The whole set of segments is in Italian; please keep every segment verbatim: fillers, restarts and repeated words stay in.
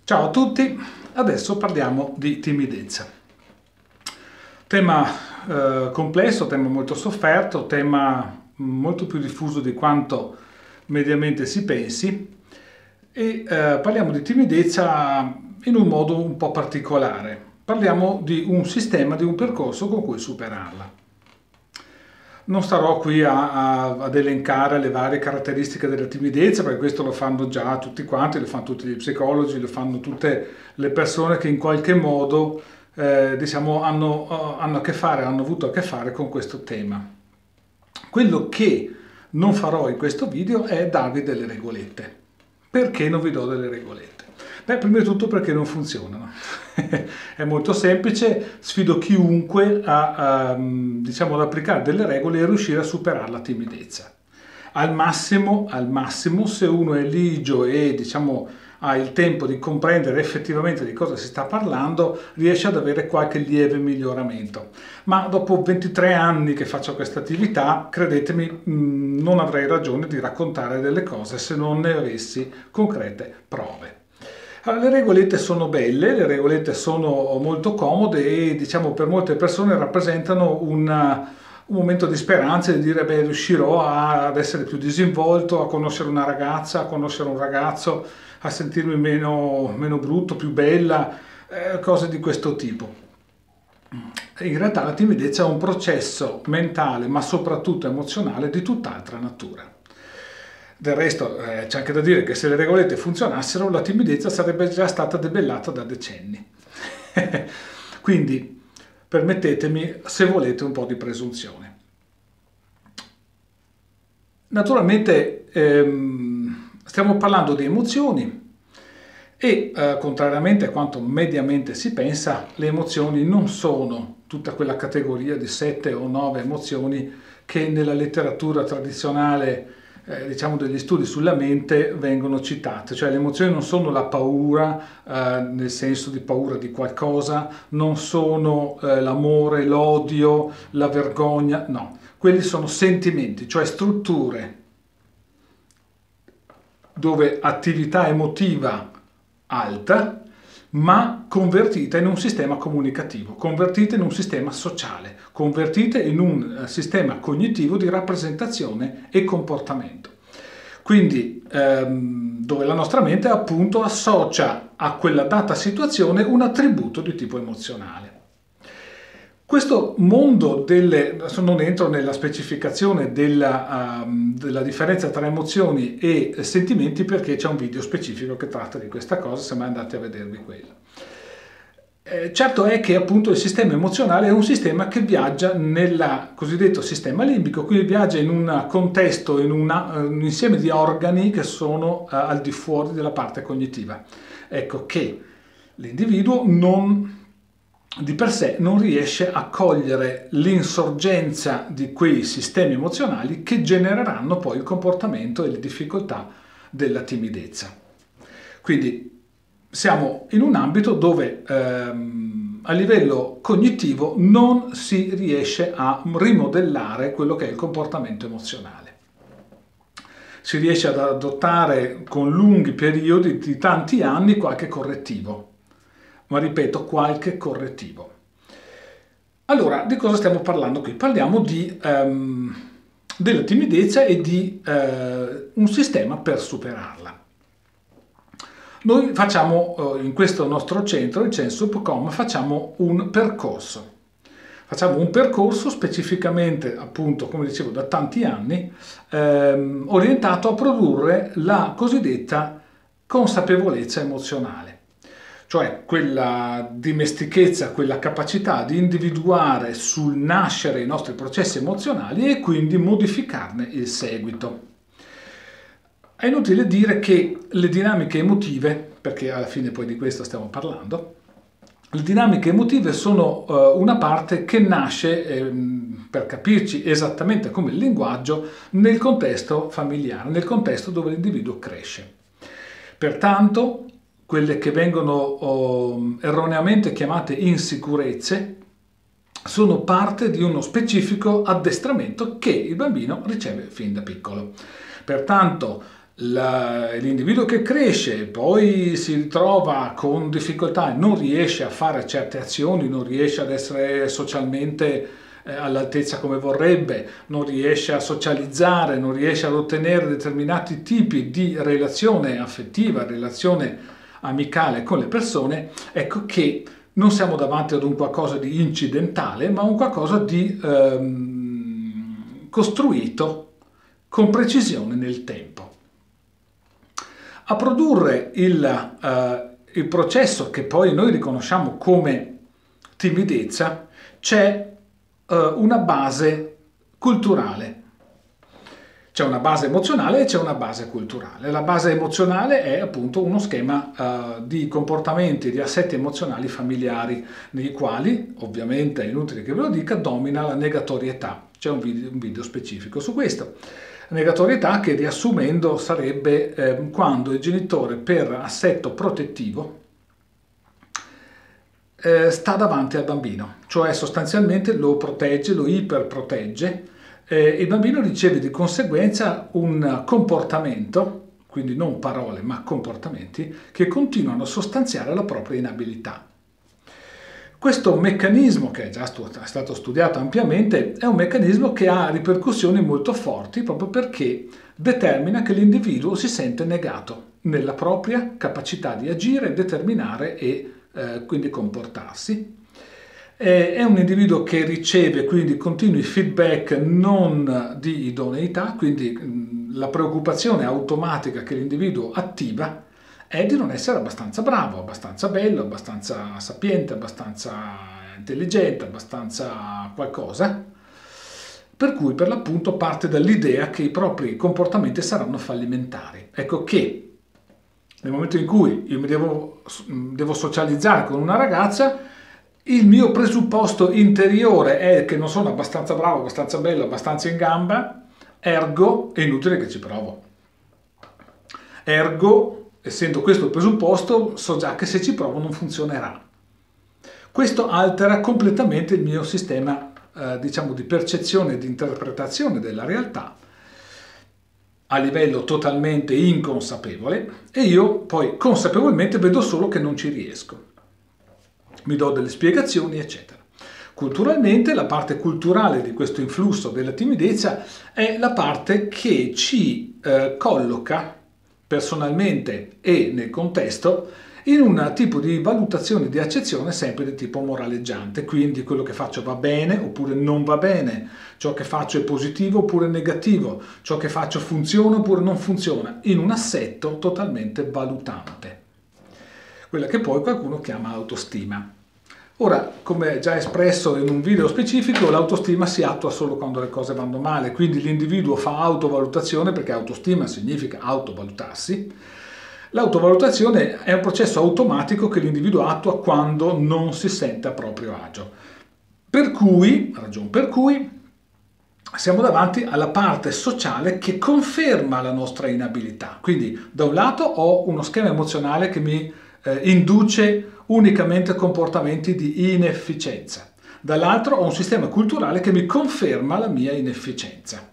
Ciao a tutti, adesso parliamo di timidezza. Tema eh, complesso, tema molto sofferto, tema molto più diffuso di quanto mediamente si pensi e eh, parliamo di timidezza in un modo un po' particolare. Parliamo di un sistema, di un percorso con cui superarla. Non starò qui a, a, ad elencare le varie caratteristiche della timidezza, perché questo lo fanno già tutti quanti, lo fanno tutti gli psicologi, lo fanno tutte le persone che in qualche modo eh, diciamo, hanno, hanno a che fare, hanno avuto a che fare con questo tema. Quello che non farò in questo video è darvi delle regolette. Perché non vi do delle regolette? Beh, prima di tutto perché non funzionano. È molto semplice, sfido chiunque a, a, diciamo, ad applicare delle regole e riuscire a superare la timidezza. Al massimo, al massimo, se uno è ligio e diciamo, ha il tempo di comprendere effettivamente di cosa si sta parlando, riesce ad avere qualche lieve miglioramento. Ma dopo ventitré anni che faccio questa attività, credetemi, non avrei ragione di raccontare delle cose se non ne avessi concrete prove. Allora, le regolette sono belle, le regolette sono molto comode e diciamo per molte persone rappresentano una, un momento di speranza, di dire beh riuscirò a, ad essere più disinvolto, a conoscere una ragazza, a conoscere un ragazzo, a sentirmi meno, meno brutto, più bella, eh, cose di questo tipo. In realtà la timidezza è un processo mentale ma soprattutto emozionale di tutt'altra natura. Del resto eh, c'è anche da dire che se le regolette funzionassero la timidezza sarebbe già stata debellata da decenni. Quindi permettetemi, se volete, un po' di presunzione. Naturalmente ehm, stiamo parlando di emozioni e eh, contrariamente a quanto mediamente si pensa, le emozioni non sono tutta quella categoria di sette o nove emozioni che nella letteratura tradizionale Eh, diciamo degli studi sulla mente vengono citate, cioè le emozioni non sono la paura eh, nel senso di paura di qualcosa, non sono eh, l'amore, l'odio, la vergogna, no, quelli sono sentimenti, cioè strutture dove attività emotiva alta ma convertita in un sistema comunicativo, convertita in un sistema sociale, convertita in un sistema cognitivo di rappresentazione e comportamento. Quindi ehm, dove la nostra mente appunto associa a quella data situazione un attributo di tipo emozionale. Questo mondo delle, adesso non entro nella specificazione della, um, della differenza tra emozioni e sentimenti perché c'è un video specifico che tratta di questa cosa, se mai andate a vedervi quello. Eh, certo è che appunto il sistema emozionale è un sistema che viaggia nel cosiddetto sistema limbico, quindi viaggia in un contesto, in una, un insieme di organi che sono uh, al di fuori della parte cognitiva. Ecco che l'individuo non... di per sé non riesce a cogliere l'insorgenza di quei sistemi emozionali che genereranno poi il comportamento e le difficoltà della timidezza. Quindi siamo in un ambito dove ehm, a livello cognitivo non si riesce a rimodellare quello che è il comportamento emozionale. Si riesce ad adottare con lunghi periodi di tanti anni qualche correttivo. Ma ripeto, qualche correttivo. Allora, di cosa stiamo parlando qui? Parliamo di, um, della timidezza e di uh, un sistema per superarla. Noi facciamo, uh, in questo nostro centro, il Censup punto com, facciamo un percorso. Facciamo un percorso specificamente, appunto, come dicevo, da tanti anni, ehm, orientato a produrre la cosiddetta consapevolezza emozionale. Cioè quella dimestichezza, quella capacità di individuare sul nascere i nostri processi emozionali e quindi modificarne il seguito. È inutile dire che le dinamiche emotive, perché alla fine poi di questo stiamo parlando, le dinamiche emotive sono uh, una parte che nasce, eh, per capirci esattamente come il linguaggio, nel contesto familiare, nel contesto dove l'individuo cresce. Pertanto, quelle che vengono oh, erroneamente chiamate insicurezze sono parte di uno specifico addestramento che il bambino riceve fin da piccolo. Pertanto l'individuo che cresce, poi si ritrova con difficoltà e non riesce a fare certe azioni, non riesce ad essere socialmente eh, all'altezza come vorrebbe, non riesce a socializzare, non riesce ad ottenere determinati tipi di relazione affettiva, relazione amicale con le persone, ecco che non siamo davanti ad un qualcosa di incidentale, ma un qualcosa di ehm, costruito con precisione nel tempo. A produrre il, uh, il processo che poi noi riconosciamo come timidezza c'è uh, una base culturale. C'è una base emozionale e c'è una base culturale. La base emozionale è appunto uno schema uh, di comportamenti, di assetti emozionali familiari, nei quali, ovviamente è inutile che ve lo dica, domina la negatorietà. C'è un video, un video specifico su questo. Negatorietà che, riassumendo, sarebbe eh, quando il genitore per assetto protettivo eh, sta davanti al bambino, cioè sostanzialmente lo protegge, lo iperprotegge, eh, il bambino riceve di conseguenza un comportamento, quindi non parole ma comportamenti, che continuano a sostanziare la propria inabilità. Questo meccanismo, che è già stato studiato ampiamente, è un meccanismo che ha ripercussioni molto forti proprio perché determina che l'individuo si sente negato nella propria capacità di agire, determinare e eh, quindi comportarsi. Eh, è un individuo che riceve quindi continui feedback non di idoneità, quindi mh, la preoccupazione automatica che l'individuo attiva è di non essere abbastanza bravo, abbastanza bello, abbastanza sapiente, abbastanza intelligente, abbastanza qualcosa, per cui per l'appunto parte dall'idea che i propri comportamenti saranno fallimentari. Ecco che nel momento in cui io mi devo, devo socializzare con una ragazza, il mio presupposto interiore è che non sono abbastanza bravo, abbastanza bello, abbastanza in gamba, ergo è inutile che ci provo. Ergo, essendo questo il presupposto, so già che se ci provo non funzionerà. Questo altera completamente il mio sistema, eh, diciamo, di percezione e di interpretazione della realtà a livello totalmente inconsapevole e io poi consapevolmente vedo solo che non ci riesco. Mi do delle spiegazioni, eccetera. Culturalmente, la parte culturale di questo influsso della timidezza è la parte che ci eh, colloca personalmente e nel contesto in un tipo di valutazione di accezione sempre di tipo moraleggiante, quindi quello che faccio va bene oppure non va bene, ciò che faccio è positivo oppure negativo, ciò che faccio funziona oppure non funziona, in un assetto totalmente valutante, quella che poi qualcuno chiama autostima. Ora, come già espresso in un video specifico, l'autostima si attua solo quando le cose vanno male, quindi l'individuo fa autovalutazione, perché autostima significa autovalutarsi. L'autovalutazione è un processo automatico che l'individuo attua quando non si sente a proprio agio. Per cui, ragion per cui, siamo davanti alla parte sociale che conferma la nostra inabilità. Quindi, da un lato ho uno schema emozionale che mi eh, induce unicamente comportamenti di inefficienza. Dall'altro ho un sistema culturale che mi conferma la mia inefficienza.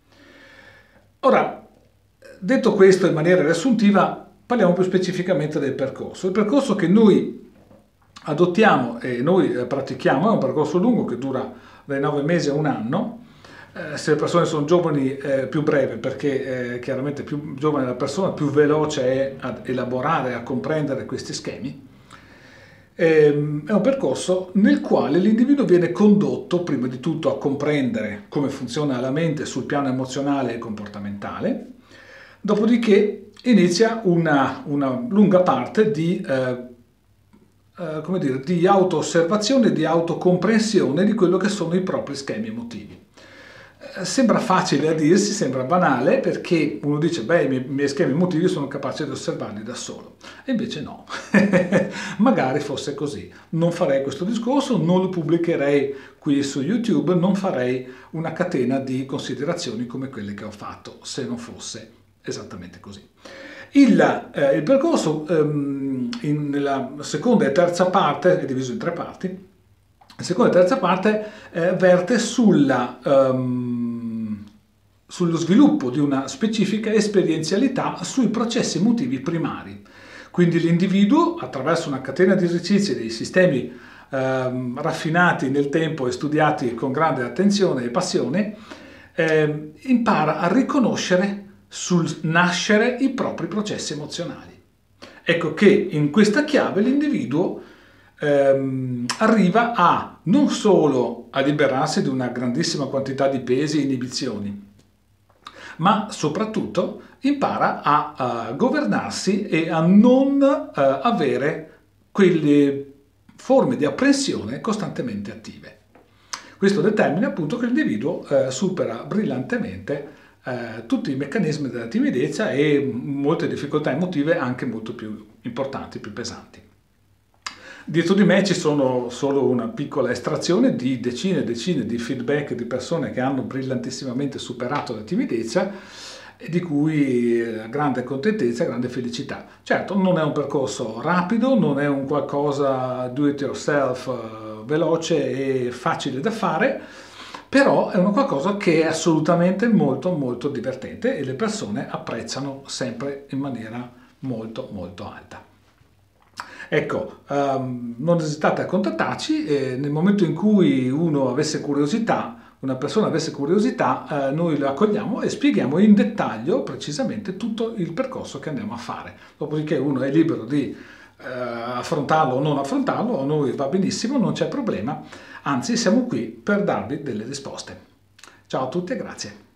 Ora, detto questo in maniera riassuntiva, parliamo più specificamente del percorso. Il percorso che noi adottiamo e noi pratichiamo è un percorso lungo che dura dai nove mesi a un anno. Eh, se le persone sono giovani, eh, più breve, perché eh, chiaramente più giovane la persona, più veloce è ad elaborare, a comprendere questi schemi. È un percorso nel quale l'individuo viene condotto prima di tutto a comprendere come funziona la mente sul piano emozionale e comportamentale, dopodiché inizia una, una lunga parte di, eh, eh, come dire, di auto-osservazione e di autocomprensione di quello che sono i propri schemi emotivi. Sembra facile a dirsi, sembra banale, perché uno dice, beh, i miei, i miei schemi emotivi sono capace di osservarli da solo. E invece no. Magari fosse così. Non farei questo discorso, non lo pubblicherei qui su YouTube, non farei una catena di considerazioni come quelle che ho fatto, se non fosse esattamente così. Il, eh, il percorso ehm, in, nella seconda e terza parte è diviso in tre parti. La seconda e terza parte eh, verte sulla, um, sullo sviluppo di una specifica esperienzialità sui processi emotivi primari. Quindi l'individuo, attraverso una catena di esercizi e dei sistemi ehm, raffinati nel tempo e studiati con grande attenzione e passione, eh, impara a riconoscere sul nascere i propri processi emozionali. Ecco che in questa chiave l'individuo ehm, arriva a non solo a liberarsi di una grandissima quantità di pesi e inibizioni, ma soprattutto impara a, a governarsi e a non uh, avere quelle forme di apprensione costantemente attive. Questo determina appunto che l'individuo uh, supera brillantemente uh, tutti i meccanismi della timidezza e molte difficoltà emotive anche molto più importanti, più pesanti. Dietro di me ci sono solo una piccola estrazione di decine e decine di feedback di persone che hanno brillantissimamente superato la timidezza e di cui grande contentezza, grande felicità. Certo, non è un percorso rapido, non è un qualcosa do it yourself veloce e facile da fare, però è una qualcosa che è assolutamente molto molto divertente e le persone apprezzano sempre in maniera molto molto alta. Ecco, um, non esitate a contattarci e nel momento in cui uno avesse curiosità, una persona avesse curiosità, eh, noi la accogliamo e spieghiamo in dettaglio precisamente tutto il percorso che andiamo a fare. Dopodiché uno è libero di eh, affrontarlo o non affrontarlo, a noi va benissimo, non c'è problema, anzi siamo qui per darvi delle risposte. Ciao a tutti e grazie.